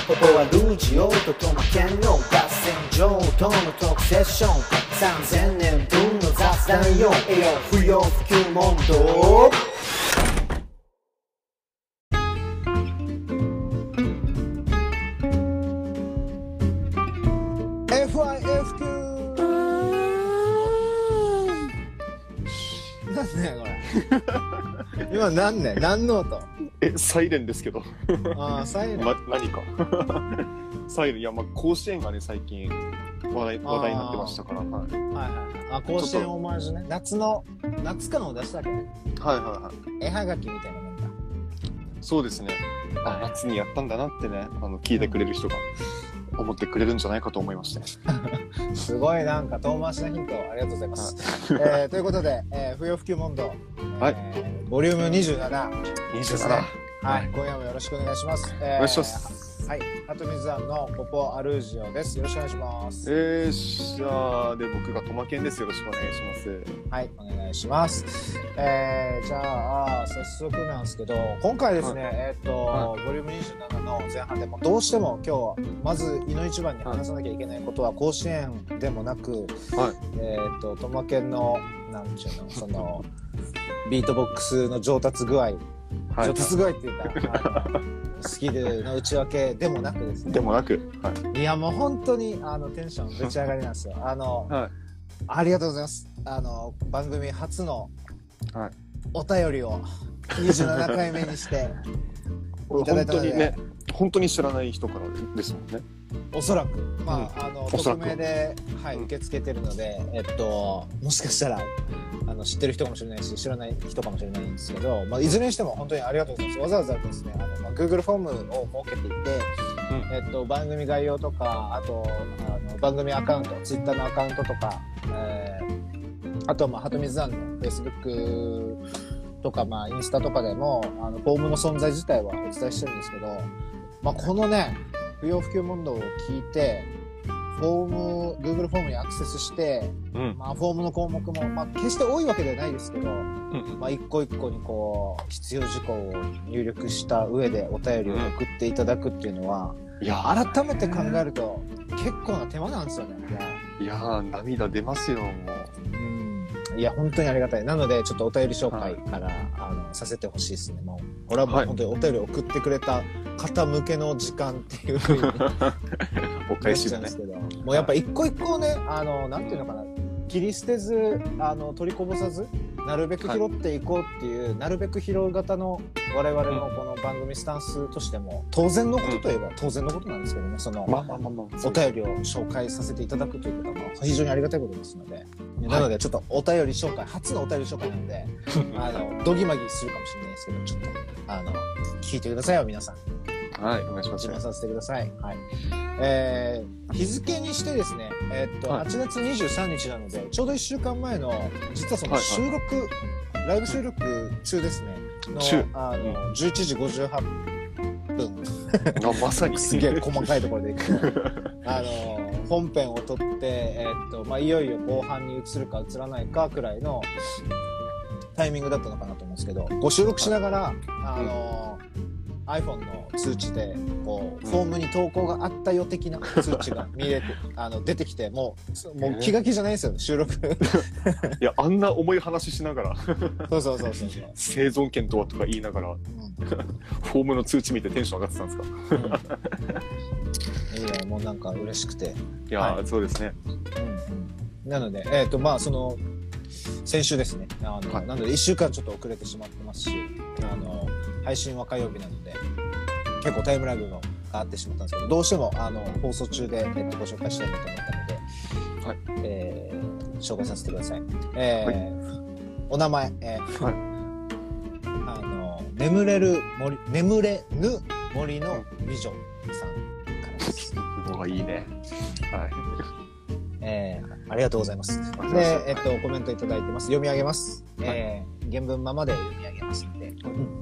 ここはルージオとトマケンの合戦場とのトークセッション3000年分の雑談よ不要不急問答なんねこれ今何の音サイレンですけどああサイレン、 何かサイレン、いや甲子園がね最近話題になってましたから、はいはい、甲子園オマージュね夏かのを出したっけね絵はがきみたいなもんだそうですね、夏にやったんだなってね聞いてくれる人が思ってくれるんじゃないかと思いましてすごいなんか遠回しなヒントありがとうございます、ということで、不要不急問答、ボリューム27ですね、はい、今夜もよろしくお願いします、 お願いします。 はい、鳩水庵のポポアルージオです。よろしくお願いします。 じゃあで僕がトマケンです。よろしくお願いします。 はい、お願いします。じゃあ早速なんですけど、今回ですね、ボリューム27の前半でもどうしても今日はまずいの一番に話さなきゃいけないことは甲子園でもなく、トマケンのなんちゅうのそのビートボックスの上達具合上達具合って言ったらスキルの内訳でもなくですね。 でもなく、 いやもう本当にテンションぶち上がりなんですよ。ありがとうございます。番組初のお便りを27回目にしていただいたので、 本当に知らない人からですもんね。 おそらく匿名で、受け付けてるので、もしかしたら知ってる人かもしれないし知らない人かもしれないんですけど、いずれにしても本当にありがとうございます。わざわざですねGoogle フォームを設けていて、番組概要とかあと番組アカウント Twitter のアカウントとか、あとは鳩水庵の Facebook とかインスタとかでもフォームの存在自体はお伝えしてるんですけど、このね不要不急問答を聞いてGoogle フォームにアクセスして、フォームの項目も、決して多いわけではないですけど、一個一個にこう必要事項を入力した上でお便りを送っていただくっていうのは、改めて考えると結構な手間なんですよね。 いや涙出ますよもう。 いや本当にありがたい。なのでちょっとお便り紹介から、させてほしいですね。もうこれはもう本当にお便りを送ってくれた方向けの時間っていうふうにお返しだね。 もうやっぱ一個一個ねなんていうのかな、切り捨てず取りこぼさずなるべく拾っていこうっていう、なるべく拾う型の我々のこの番組スタンスとしても当然のことといえば当然のことなんですけどね、そのお便りを紹介させていただくということは非常にありがたいことですので、なのでちょっとお便り紹介初のお便り紹介なのでどぎまぎするかもしれないですけど、ちょっと聞いてくださいよ皆さん。 はい、お願いします。 自慢させてください。日付にしてですね、8月23日なのでちょうど1週間前の実はその収録、ライブ収録中ですねの11時58分まさにすげえ細かいところでいくと本編を撮って、いよいよ後半に移るか移らないかくらいのタイミングだったのかなと思うんですけど、ご収録しながらiPhone の通知でこうフォームに投稿があったよ的な通知が見れて出てきて、もう気が気じゃないんですよ収録いやあんな重い話しながらそう生存権とはとか言いながら、フォームの通知見てテンション上がってたんですか、 いやもうなんか嬉しくて、 いや、そうですね、 なのでその先週ですねなので1週間ちょっと遅れてしまってますし、配信は火曜日なので結構タイムラグがあってしまったんですけど、どうしても放送中で、ご紹介したいなと思ったので、紹介させてください。お名前、眠れぬ森の美女さんからです。 いいね。 ありがとうございます。で、コメントいただいてます。読み上げます。原文ままで読み上げますので、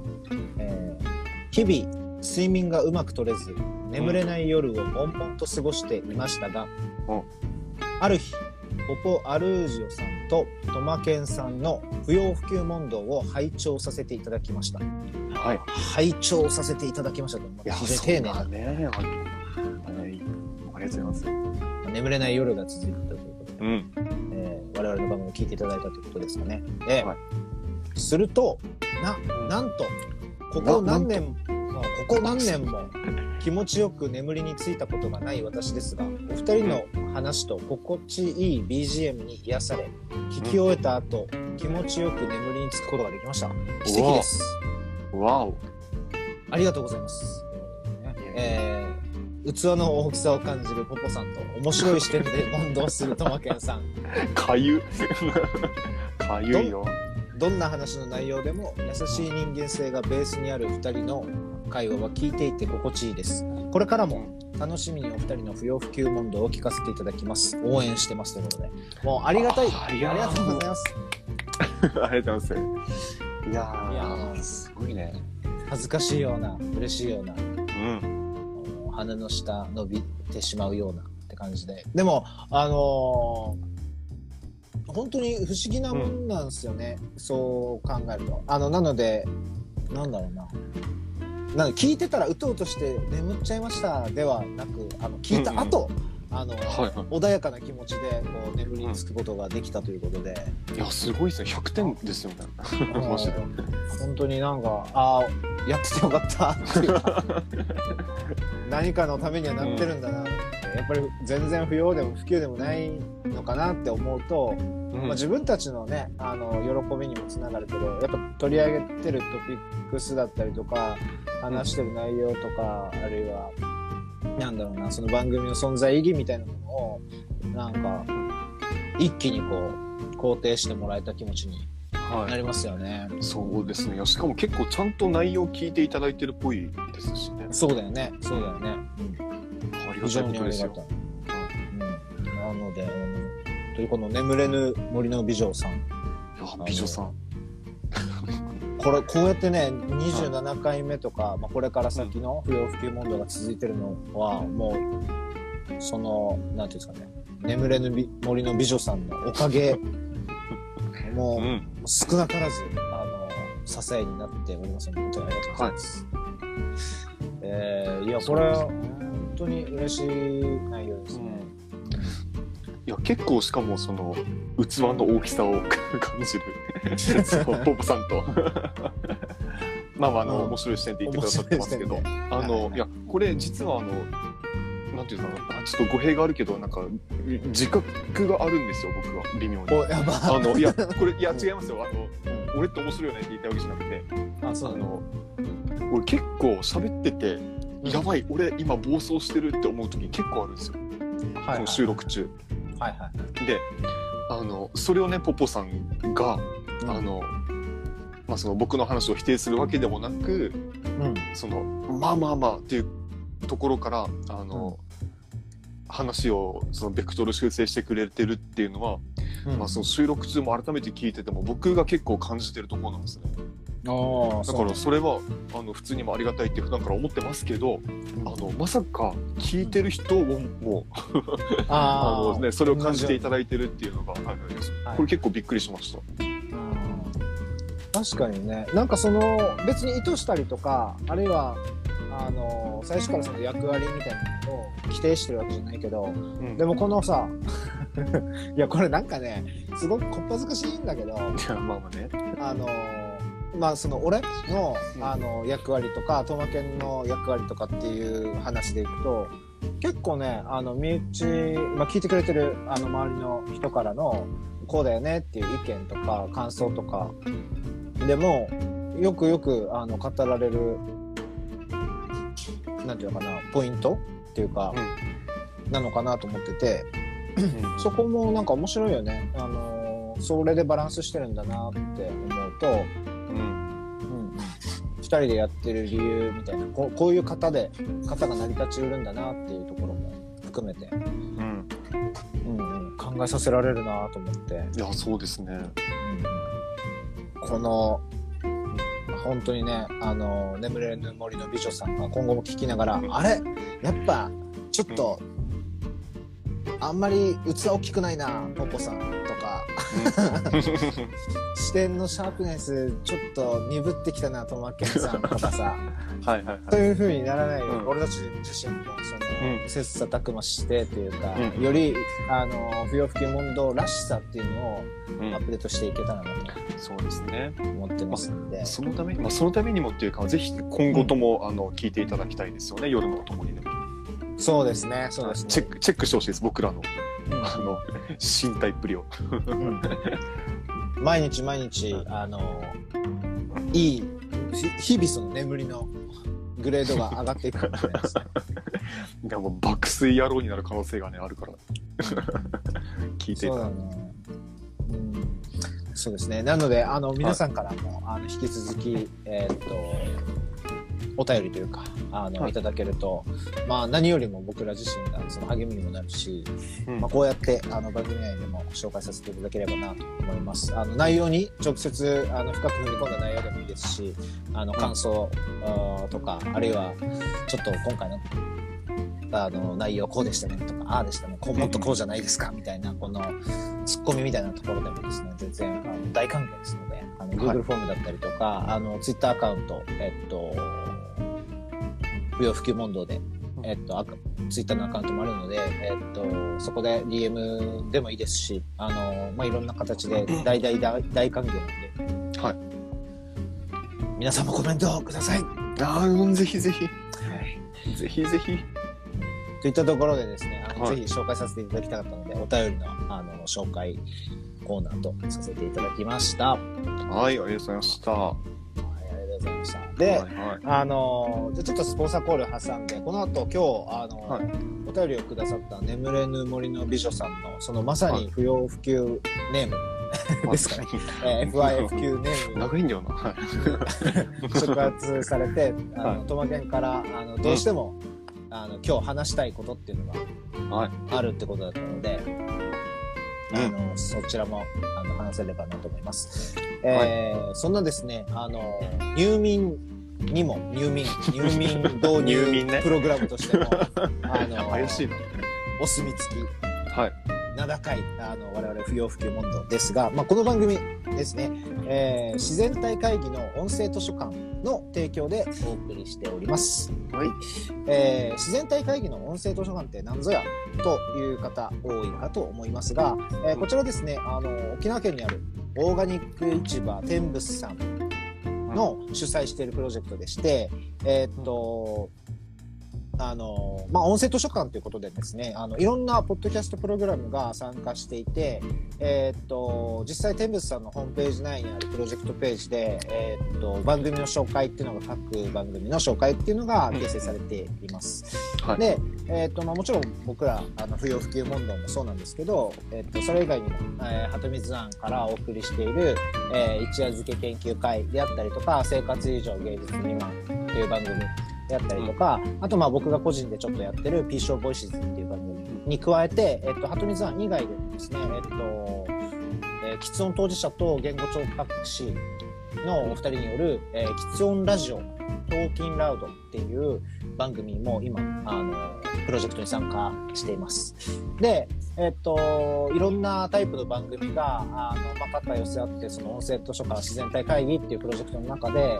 日々睡眠がうまく取れず眠れない夜を悶々と過ごしていましたが、ある日ポポアルージオさんとトマケンさんの不要不急問答を拝聴させていただきました。 はい。 拝聴させていただきましたと、 いや、 非常に丁寧な、 そうだね。はい。ありがとうございます。 眠れない夜が続いていたということで、 うん。 我々の番組を聞いていただいたということですかね。 はいするとなんとここ何年も気持ちよく眠りについたことがない私ですが、お二人の話と心地いい BGM に癒され、聞き終えた後気持ちよく眠りにつくことができました。奇跡です。 わお。 ありがとうございます。器の大きさを感じるポポさんと面白い視点で問答するトマケンさん。 かゆかゆいよ。 どんな話の内容でも優しい人間性がベースにある2人の会話は聞いていて心地いいです。これからも楽しみにお二人の不要不急問答を聞かせていただきます。応援してますということで、もうありがたい。ありがとうございます。 ありがとうございます。いやーすごいね。 恥ずかしいような嬉しいような、 うん、 鼻の下伸びてしまうようなって感じで、でも本当に不思議なもんなんですよね、そう考えると。なのでなんだろうな、聞いてたらうとうとして眠っちゃいましたではなく、聞いた後、穏やかな気持ちでこう眠りにつくことができたということで、 いやすごいですね。100点ですよね。マジで本当になんかやっててよかったっていうか何かのためにはなってるんだなって、やっぱり全然不要でも不急でもないのかなって思うと、自分たちのね喜びにもつながるけど、やっぱ取り上げてるトピックスだったりとか話してる内容とか、あるいはなんだろうな、その番組の存在意義みたいなものをなんか一気にこう肯定してもらえた気持ちになりますよね。 そうですね。しかも結構ちゃんと内容聞いていただいてるっぽいですしね。 そうだよね。ありがたいことですよ。なのでというこの眠れぬ森の美女さん。 美女さん。 こうやってね27回目とか、これから先の不要不急問答が続いてるのは、もうそのなんていうんですかね、眠れぬ森の美女さんのおかげもう少なからず支えになっておりますので、本当にありがとうございます。いやこれは本当に嬉しい内容ですね。 いや結構しかもその器の大きさを感じるポポさんと面白い視点で言ってくださってますけど、いやこれ実はなんていうのかな、ちょっと語弊があるけどなんか自覚があるんですよ、僕は微妙に。いやこれ違いますよ。俺って面白いよねって言ったわけじゃなくて、俺結構喋ってて、やばい俺今暴走してるって思う時結構あるんですよ、この収録中。でそれをねポポさんがその僕の話を否定するわけでもなく、そのっていうところから話をそのベクトル修正してくれてるっていうのは、その収録中も改めて聞いてても僕が結構感じてるところなんですね。だからそれは普通にもありがたいって普段から思ってますけど、まさか聞いてる人もそれを感じていただいてるっていうのが、これ結構びっくりしました。 確かにね、なんかその別に意図したりとか、あるいは最初からその役割みたいなのを規定してるわけじゃないけど、でもこのさいやこれなんかねすごくこっぱずかしいんだけど、その俺の役割とかトマケンの役割とかっていう話でいくと、結構ね身内、聞いてくれてる周りの人からのこうだよねっていう意見とか感想とかでもよく語られるなんていうのかな、ポイントっていうか、なのかなと思ってて、そこもなんか面白いよね。それでバランスしてるんだなって思うと、2人でやってる理由みたいな、こういう型が成り立ちうるんだなっていうところも含めて、考えさせられるなと思って。 いやそうですね。 この本当にね眠れぬ森の美女さんが今後も聞きながら、あれやっぱちょっとあんまり器大きくないなポポさんとか視点のシャープネスちょっと鈍ってきたなトマケンさんとかさはいはいはい、 そういう風にならないように、俺たち自身もその、切磋琢磨してというか、より不要不急問答らしさっていうのをアップデートしていけたらなと、 そうですね、 思ってますので、 そのためにもっていうかぜひ今後とも、聞いていただきたいですよね、夜のおともにでも。 そうですね、そうですね。 チェックしてほしいです、僕らの、身体っぷりを。 毎日いい日々その眠りのグレードが上がっていくかもしれないですね。 いやもう爆睡野郎になる可能性がねあるから聞いていただいて。 そうですね。なので皆さんからも引き続きお便りというかいただけると、何よりも僕ら自身がその励みにもなるし、こうやって番組内でも紹介させていただければなと思います。内容に直接深く踏み込んだ内容でもいいですし、感想とか、あるいはちょっと今回の内容こうでしたねとか、ああでしたね、もっとこうじゃないですかみたいなこのツッコミみたいなところでもですね、全然大歓迎ですので、Google フォームだったりとか、Twitter アカウント不要不急問答で、ツイッターのアカウントもあるので、そこで DM でもいいですし、いろんな形で大歓迎なので、はい、皆さんもコメントをください。 ぜひぜひ、ぜひぜひ。 といったところでですね、ぜひ紹介させていただきたかったので、お便りの紹介コーナーとさせていただきました。 はい、ありがとうございました。 で、じゃあちょっとスポンサーコール挟んで、この後今日お便りをくださった眠れぬ森の美女さんのそのまさに不要不急ネームですかね、FIFQ ネーム長いんだよな、 触発されてトマケンからどうしても今日話したいことっていうのがあるってことだったので、そちらも話せればなと思います。そんなですね、入眠導入プログラムとしても怪しいな、 お墨付き、名高い我々不要不急問答ですが、この番組ですね、自然体会議の音声図書館の提供でお送りしております。自然体会議の音声図書館って何ぞやという方多いかと思いますが、こちらですね、沖縄県にあるオーガニック市場天仏さんの主催しているプロジェクトでして、音声図書館ということでですね、いろんなポッドキャストプログラムが参加していて、実際天仏さんのホームページ内にあるプロジェクトページで、番組の紹介っていうのが、各番組の紹介っていうのが形成されています。で、もちろん僕ら不要不急問答もそうなんですけど、それ以外にも、鳩水庵からお送りしている、一夜漬け研究会であったりとか、生活以上芸術未満という番組であったりとか、あと僕が個人でちょっとやってる P ショーボイシーズっていう番組に加えて、鳩水庵以外でもですね、喫音当事者と言語聴覚士のお二人による、喫音ラジオトーキンラウドっていう番組も今プロジェクトに参加しています。で、いろんなタイプの番組が各寄せ合って、その音声図書館自然体会議っていうプロジェクトの中で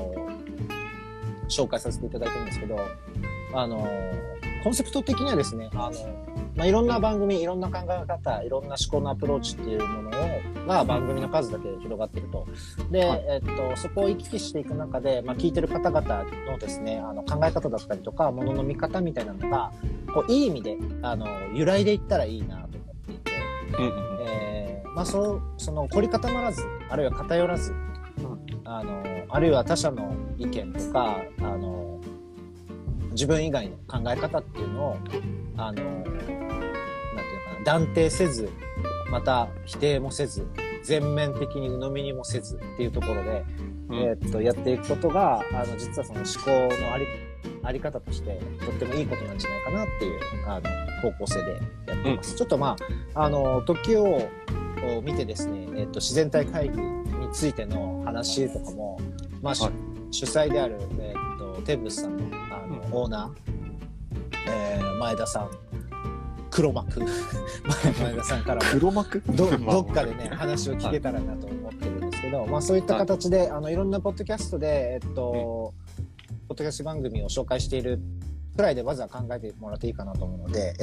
紹介させていただいてるんですけど、コンセプト的にはですね、いろんな番組、いろんな考え方、いろんな思考のアプローチっていうものが番組の数だけで広がっていると。で、そこを行き来していく中で、聞いてる方々のですね、考え方だったりとか、ものの見方みたいなのが、いい意味で、揺らいでいったらいいなと思っていて、その凝り固まらず、あるいは偏らず、あるいは他者の意見とか、自分以外の考え方っていうのをなんていうのかな、断定せず、また否定もせず、全面的に鵜呑みにもせずっていうところで、やっていくことが実はその思考のあり方としてとってもいいことなんじゃないかなっていう方向性でやってます。ちょっと時を見てですね、自然体会議についての話とかも、主催である天仏さんのオーナー、前田さん黒幕前田さんからも黒幕どっかでね話を聞けたらなと思ってるんですけど、まあ、そういった形で、いろんなポッドキャストで、ポッドキャスト番組を紹介しているくらいでまずは考えてもらっていいかなと思うので、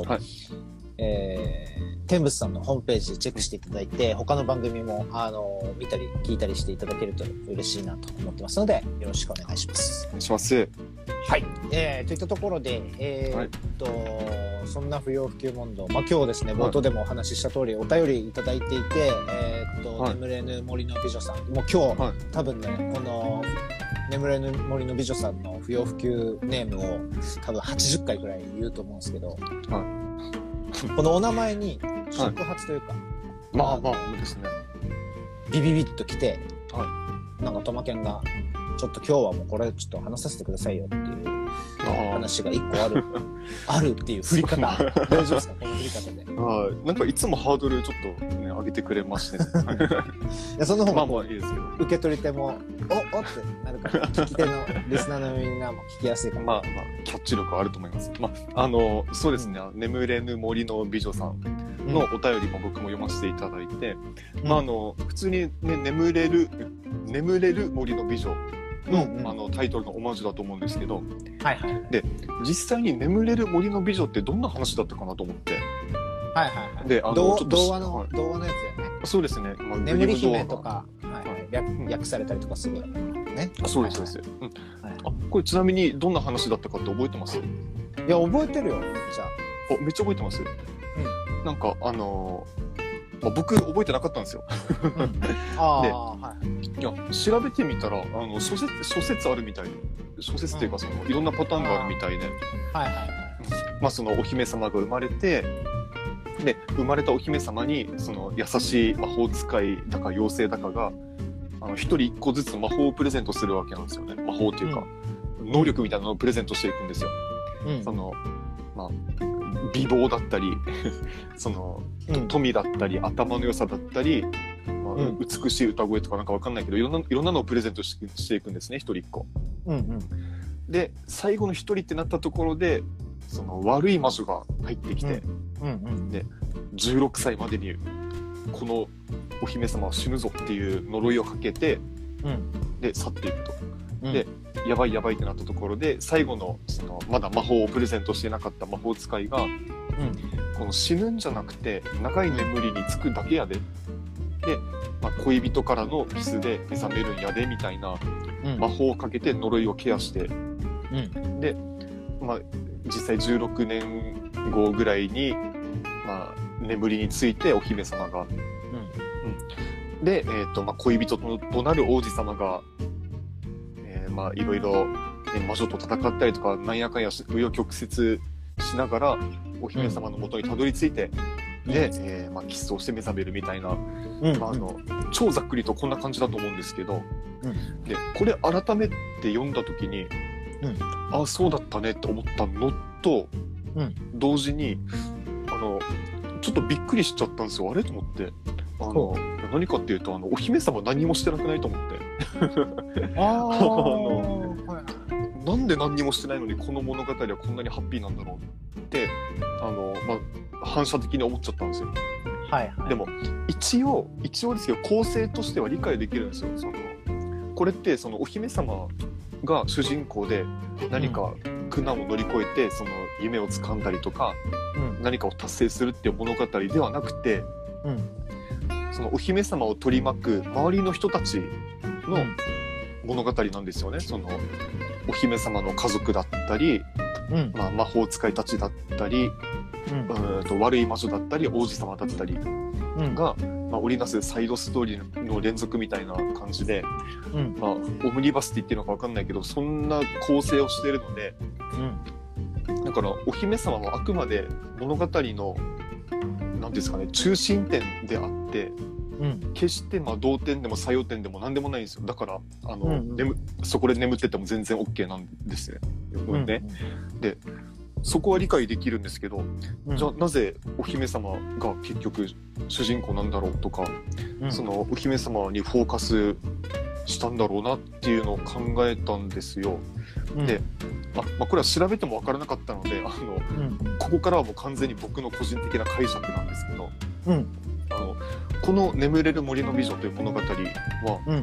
天仏さんのホームページチェックしていただいて、他の番組も見たり聞いたりしていただけると嬉しいなと思ってますので、よろしくお願いします。 お願いします。 はい、といったところで、そんな不要不急問答、まあ、今日ですね冒頭でもお話しした通りお便りいただいていて、眠れぬ森の美女さんもう今日、多分ねこの眠れぬ森の美女さんの不要不急ネームを多分80回くらい言うと思うんですけど、このお名前に触発というか、 まあですね、 ビビビッときて、なんかトマケンがちょっと今日はもうこれちょっと話させてくださいよっていう話が一個あるっていう振り方大丈夫ですかこの振り方で。 なんかいつもハードルちょっとね上げてくれましてねいやその方がまあいいですけど、 受け取り手もおってなるから聞き手のリスナーのみんなも聞きやすいから、 まあキャッチ力はあると思います。そうですね、眠れぬ森の美女さんのお便りも僕も読ませていただいて、普通にね眠れる森の美女の、タイトルのオマージュだと思うんですけど、で実際に眠れる森の美女ってどんな話だったかなと思って、で童話のやつだよね。 そうですね、 眠り姫とか、訳されたりとかするね。 そうですそうです。これちなみにどんな話だったかって覚えてます？ いや覚えてるよめっちゃ。 めっちゃ覚えてます？なんか僕覚えてなかったんですよ。で、いや調べてみたら諸説あるみたいで、諸説っていうかいろんなパターンがあるみたいで、そのお姫様が生まれて、で生まれたお姫様にその優しい魔法使いだか妖精だかが一人一個ずつ魔法をプレゼントするわけなんですよね。魔法っていうか、能力みたいなのをプレゼントしていくんですよ。美貌だったり富だったり頭の良さだったり、美しい歌声とかなんかわかんないけどいろんなのをプレゼントしていくんですね、一人一個。で最後の一人ってなったところでその悪い魔女が入ってきて、で16歳までにこのお姫様は死ぬぞっていう呪いをかけて、で去っていくと。でやばいってなったところで最後のまだ魔法をプレゼントしてなかった魔法使いが、この死ぬんじゃなくて長い眠りにつくだけやで、で、恋人からのキスで目覚めるんやでみたいな魔法をかけて呪いをケアして、で、実際16年後ぐらいに、眠りについてお姫様が、で、恋人となる王子様がいろいろ魔女と戦ったりとかなんやかんや紆余曲折しながらお姫様の元にたどり着いて、で、キスをして目覚めるみたいな、超ざっくりとこんな感じだと思うんですけど、でこれ改めて読んだ時に、そうだったねって思ったのと、同時にちょっとびっくりしちゃったんですよ。あれと思って、何かっていうとお姫様何もしてなくないと思ってなんで何にもしてないのにこの物語はこんなにハッピーなんだろうって反射的に思っちゃったんですよ。でも一応ですけど構成としては理解できるんですよ。これってお姫様が主人公で何か苦難を乗り越えてその夢を掴んだりとか、何かを達成するっていう物語ではなくて、そのお姫様を取り巻く周りの人たちの物語なんですよね。そのお姫様の家族だったり、魔法使いたちだったり、悪い魔女だったり王子様だったりが、織りなすサイドストーリーの連続みたいな感じで、オムニバスって言ってるのか分かんないけどそんな構成をしているので、だからお姫様はあくまで物語の何ですかね、中心点であって、決して同点でも作用点でも何でもないんですよ。だからそこで眠ってても全然 OK なんですね。でそこは理解できるんですけど、じゃあなぜお姫様が結局主人公なんだろうとか、そのお姫様にフォーカスしたんだろうなっていうのを考えたんですよ。 うん、 で、これは調べても分からなかったのでうん、 ここからはもう完全に僕の個人的な解釈なんですけど、 うん、 この「眠れる森の美女」という物語は、 うん、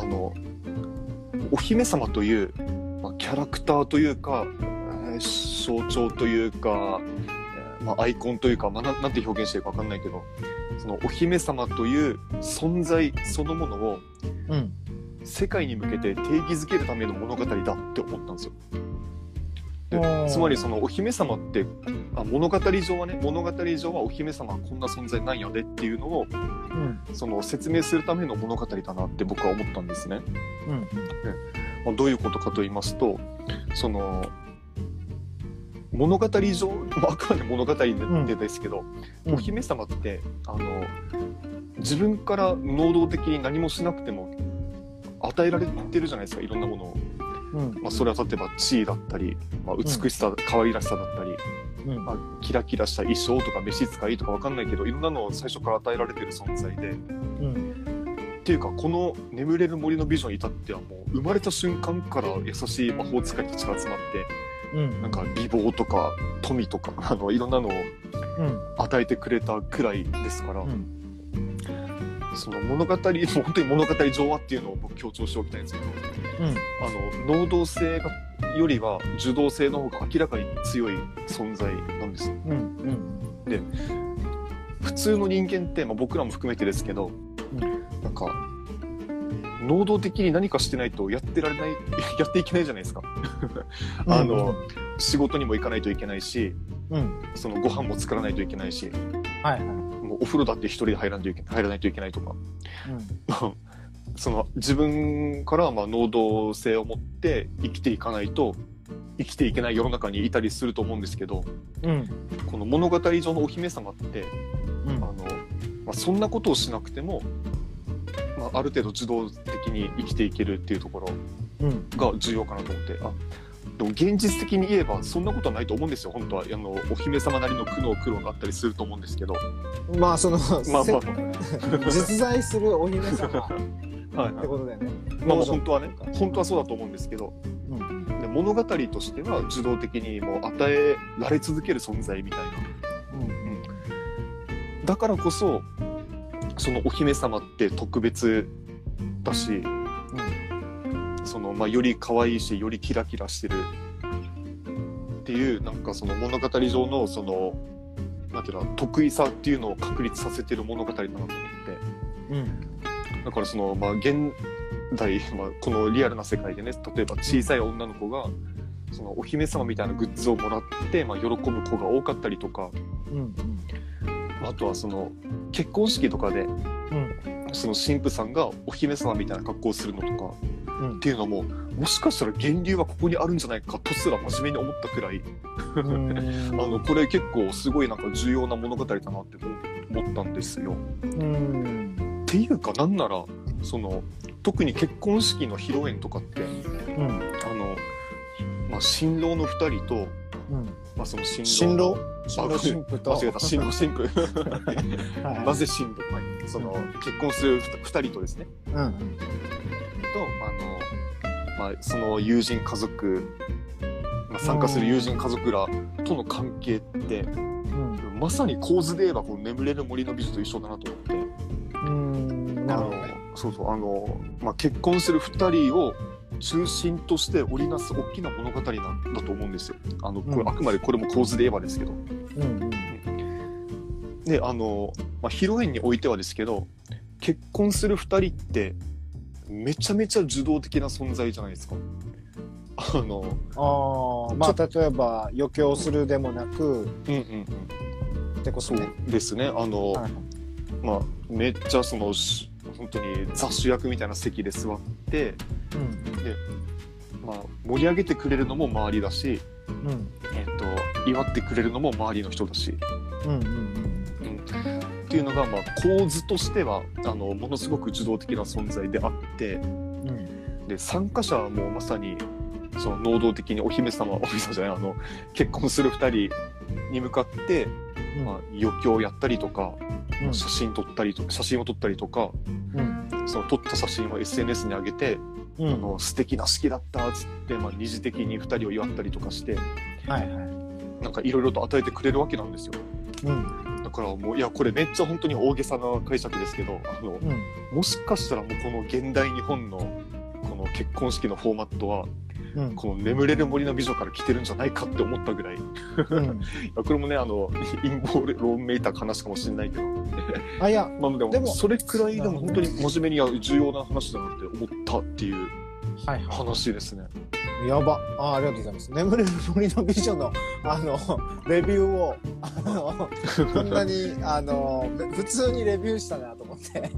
お姫様という、キャラクターというか、象徴というか、アイコンというか、なんて表現していいか分かんないけど、そのお姫様という存在そのものを世界に向けて定義づけるための物語だって思ったんですよ。でつまりそのお姫様って物語上はお姫様はこんな存在なんやでっていうのを、その説明するための物語だなって僕は思ったんですね。どういうことかと言いますと、その物語上、あくまで物語でですけど、お姫様って自分から能動的に何もしなくても与えられてるじゃないですか、いろんなものを。それは例えば地位だったり、美しさ、可愛らしさだったり、キラキラした衣装とか召使いとか分かんないけど、いろんなのを最初から与えられてる存在で、っていうかこの「眠れる森の美女」に至ってはもう生まれた瞬間から優しい魔法使いたちが集まって、なんか美貌とか富とかいろんなのを与えてくれたくらいですから、その物語、本当に物語上はっていうのを僕強調しておきたいんですけど、能動性よりは受動性の方が明らかに強い存在なんですよ。で、普通の人間って、僕らも含めてですけど、なんか能動的に何かしてないとやっていけないじゃないですか。仕事にも行かないといけないし、そのご飯も作らないといけないし、もうお風呂だって一人で入らないといけないとか、その自分から能動性を持って生きていかないと生きていけない世の中にいたりすると思うんですけど、この物語上のお姫様って、そんなことをしなくても、ある程度自動的に生きていけるっていうところが重要かなと思って、でも現実的に言えばそんなことはないと思うんですよ。本当はお姫様なりの苦労があったりすると思うんですけど、 実在するお姫様ってことだよね。 本当はそうだと思うんですけど、で物語としては受動的にもう与えられ続ける存在みたいな、だからこそそのお姫様って特別だし、そのより可愛いしよりキラキラしてるっていう、なんかその物語上のそのなんていうの得意さっていうのを確立させてる物語だなと思って、だからその現代、このリアルな世界でね、例えば小さい女の子がそのお姫様みたいなグッズをもらって、喜ぶ子が多かったりとか、あとはその結婚式とかで、その神父さんがお姫様みたいな格好をするのとか、っていうのももしかしたら源流はここにあるんじゃないかとすら真面目に思ったくらいこれ結構すごいなんか重要な物語だなって思ったんですよ。っていうか、なんならその特に結婚式の披露宴とかって、新郎の2人と、その新郎新婦と間違えた新郎新婦なぜ新郎、その結婚する2人とですね、その友人家族、参加する友人家族らとの関係って、まさに構図で言えばこの眠れる森の美女と一緒だなと思って、 なるほどね。 結婚する2人を中心として織りなす大きな物語なんだと思うんですよ。これあくまでこれも構図で言えばですけど、で披露宴においてはですけど、結婚する2人ってめちゃめちゃ受動的な存在じゃないですか。例えば余興するでもなく、ってことね。 そうですね。めっちゃその本当に雑主役みたいな席で座って、で盛り上げてくれるのも周りだし、祝ってくれるのも周りの人だし、っていうのが構図としてはものすごく受動的な存在であって、で参加者はもうまさにその能動的にお姫様じゃない、結婚する2人に向かって、余興をやったりとか、写真を撮ったりとか、 その撮った写真を SNS に上げて、素敵な式だったっつって、二次的に2人を祝ったりとかして、はいはい、なんかいろいろと与えてくれるわけなんですよ。だからもういやこれめっちゃ本当に大げさな解釈ですけど、もしかしたらもうこの現代日本のこの結婚式のフォーマットは、この眠れる森の美女から来てるんじゃないかって思ったぐらい、これもね陰謀論めいた話かもしれないけどいやでもそれくらいでも本当に真面目に重要な話だなって思ったっていう話ですね。 やばありがとうございます。眠れる森の美女のレビューをこんなに普通にレビューしたなと思って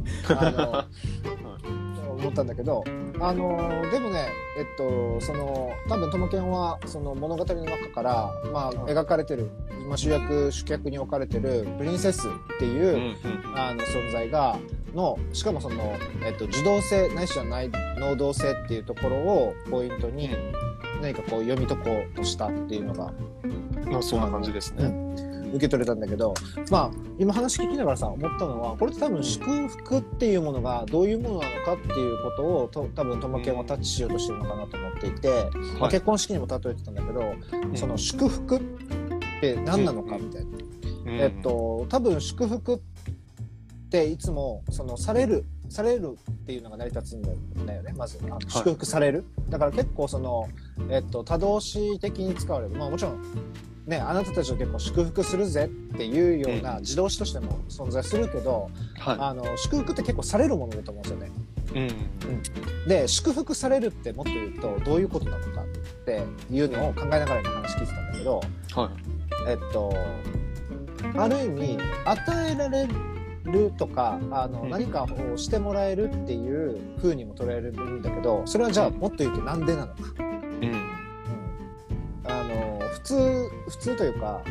思ったんだけど、でもねその多分ともけんはその物語の中から、描かれてる、主役に置かれてるプリンセスっていう、存在がしかもその、受動性ないしはない能動性っていうところをポイントに何かこう読み解こうとしたっていうのが、 そんな感じですね。 受け取れたんだけど、今話聞きながらさ思ったのは、これって多分祝福っていうものがどういうものなのかっていうことを多分ともけんはタッチしようとしてるのかなと思っていて、結婚式にも例えてたんだけど、その祝福って何なのかみたいな、多分祝福っていつもそのされるっていうのが成り立つんだよね。まず祝福される、だから結構その他動詞的に使われる、もちろんね、あなたたちを結構祝福するぜっていうような自動詞としても存在するけど、祝福って結構されるものだと思うんですよね。で祝福されるってもっと言うとどういうことなのかっていうのを考えながら今話聞いてたんだけど、ある意味与えられるとか何かをしてもらえるっていう風にも捉えるんだけど、それはじゃあもっと言うとなんでなのか。普通というか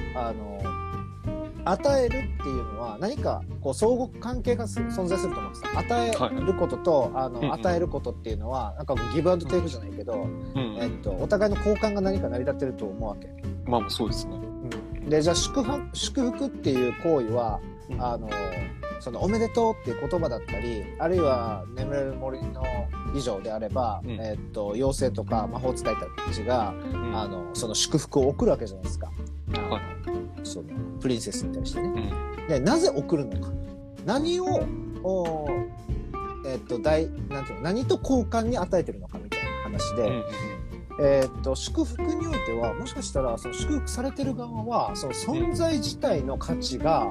与えるっていうのは何かこう相互関係が存在すると思うんですよ。与えることと、与えることっていうのはなんかギブアンドテイクじゃないけど、お互いの交換が何か成り立ってると思うわけ。 そうですね。 でじゃあ祝福っていう行為はそのおめでとうっていう言葉だったり、あるいは眠れる森の美女であれば、妖精とか魔法使いたちが、その祝福を送るわけじゃないですか、そのプリンセスに対してね。でなぜ送るのか、何をなんていうの、何と交換に与えてるのかみたいな話で、祝福においてはもしかしたらその祝福されてる側はその存在自体の価値が、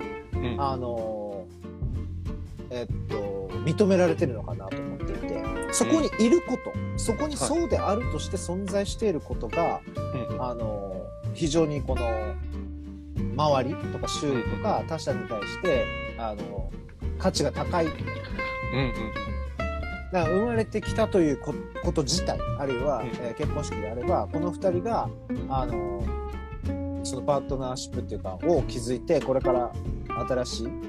認められてるのかなと思っていて、そこにいること、そこにそうであるとして存在していることが、非常にこの周りとか周囲とか他者に対して価値が高い、だから生まれてきたということ自体、あるいは、結婚式であればこの2人がそのパートナーシップっていうかを築いて、これから新しい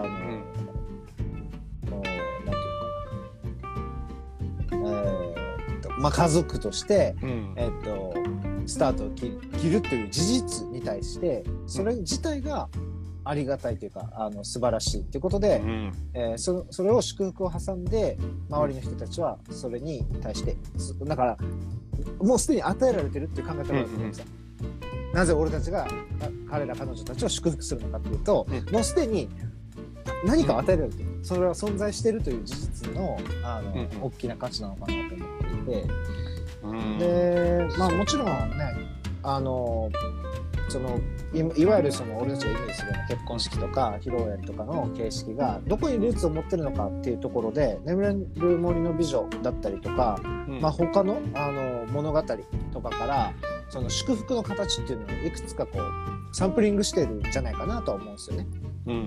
家族として、スタートを切るという事実に対してそれ自体がありがたいというか素晴らしいということで、それを祝福を挟んで周りの人たちはそれに対してだからもうすでに与えられてるっていう考え方だと思うんですよ。なぜ俺たちが彼女たちを祝福するのかっていうと、もうすでに何か与えられてる、それは存在しているという事実の大きな価値なのかなと思っていて、でもちろんねそのいわゆるその俺たちがイメージするような結婚式とか披露宴とかの形式がどこにルーツを持ってるのかっていうところで、眠れる森の美女だったりとか、他の物語とかからその祝福の形っていうのをいくつかこうサンプリングしてるんじゃないかなとは思うんですよね。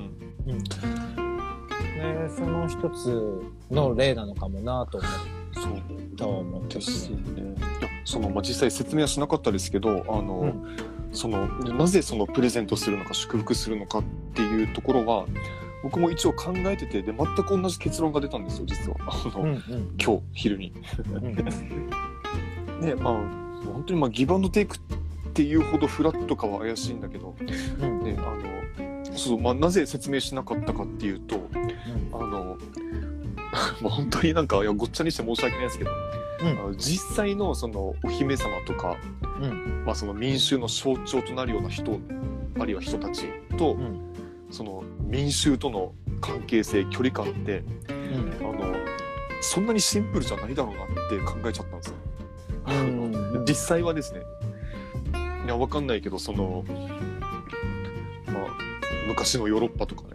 その一つの例なのかもなと思ってますね。 実際説明はしなかったですけど、なぜそのプレゼントするのか祝福するのかっていうところは僕も一応考えてて、で全く同じ結論が出たんですよ実は今日昼にで本当にギブアンドテイクっていうほどフラットかは怪しいんだけど、でなぜ説明しなかったかっていうと、 まあ本当になんかいやごっちゃにして申し訳ないですけど、 うん、 実際のそのお姫様とか、 うん、 まあ、その民衆の象徴となるような人あるいは人たちと、 うん、 その民衆との関係性距離感ってうん、 そんなにシンプルじゃないだろうなって考えちゃったんですよ。 うん、 実際はですね、いやわかんないけどその、まあ、昔のヨーロッパとかね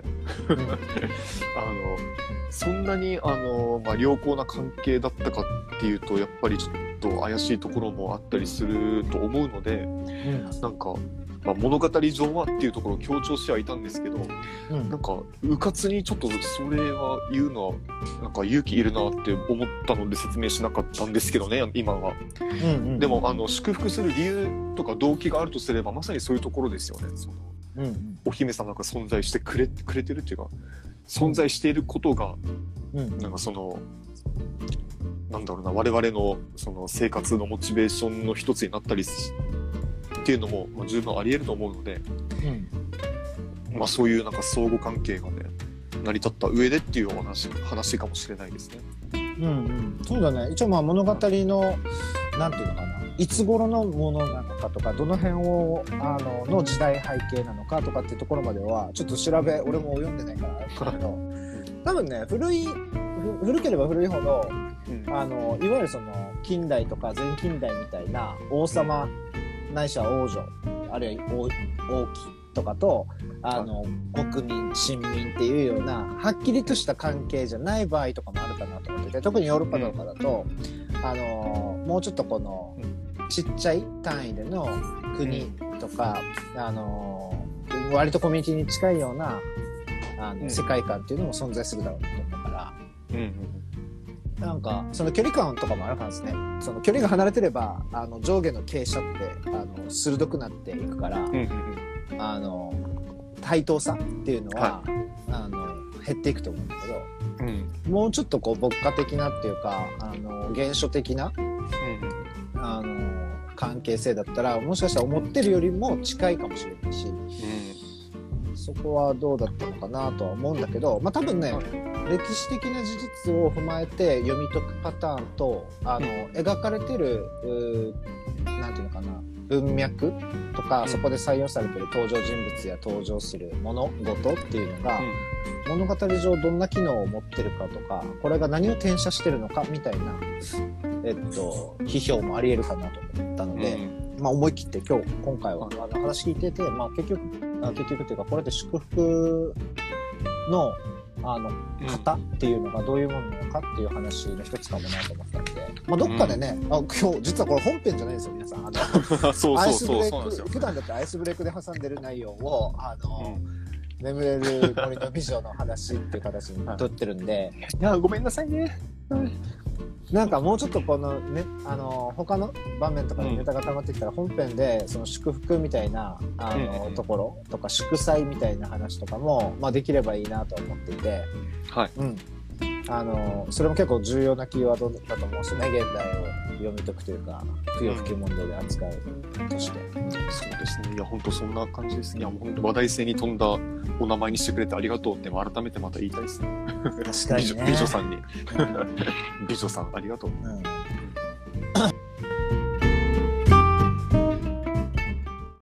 そんなにまあ、良好な関係だったかっていうとやっぱりちょっと怪しいところもあったりすると思うので、なんか、まあ、物語上はっていうところを強調してはいたんですけど、なんかうかつにちょっとそれは言うのはなんか勇気いるなって思ったので説明しなかったんですけどね今は。でも祝福する理由とか動機があるとすればまさにそういうところですよね。そのお姫様が存在してくれてるっていうか存在していることが、なんかそのなんだろうな我々のその生活のモチベーションの一つになったりっていうのも、まあ、十分あり得ると思うので、まあ、そういうなんか相互関係がね成り立った上でっていう話かもしれないですね。 そうだね。一応まあ物語のなんていうのかないつ頃のものなのかとかどの辺をの時代背景なのかとかっていうところまではちょっと俺も読んでないからあれだけど多分ね古ければ古いほど、いわゆるその近代とか前近代みたいな王様ないしは王女あるいは王妃とかと国民臣民っていうようなはっきりとした関係じゃない場合とかもあるかなと思ってて、特にヨーロッパとかだと、もうちょっとこのちっちゃい単位での国とか、割とコミュニティに近いような世界観っていうのも存在するだろうと思うから、なんかその距離感とかもあるからですね。その距離が離れてれば上下の傾斜って鋭くなっていくから、対等さっていうのは、減っていくと思うんだけど、もうちょっとこう牧歌的なっていうか原初的な、関係性だったらもしかしたら思ってるよりも近いかもしれないし、そこはどうだったのかなとは思うんだけど、まあ多分ね歴史的な事実を踏まえて読み解くパターンと描かれてるなんていうのかな文脈とか、そこで採用されてる登場人物や登場する物事っていうのが、物語上どんな機能を持ってるかとかこれが何を転写してるのかみたいな批評もあり得るかなと思ったので、まあ思い切って今回は話聞いてて、まあ結局っていうかこれで祝福の型っていうのがどういうものなのかっていう話の一つかもなと思ったので、まあどっかでね、今日実はこれ本編じゃないですよ皆さんそうアイスブレイク普段だってアイスブレイクで挟んでる内容を眠れる森の美女の話っていう形にとってるんで、 いやごめんなさいね。 なんかもうちょっとこのね他の場面とかにネタが溜まってきたら本編でその祝福みたいなところとか祝祭みたいな話とかもまあできればいいなと思っていて、それも結構重要なキーワードだと思うしね、現代を読み解くというか不要不急問題で扱うとして、 そうですね。いや本当そんな感じです。いや本当話題性に富んだお名前にしてくれてありがとうって改めてまた言いたいですね。 確かにね。 美女さんに美女さんありがとう。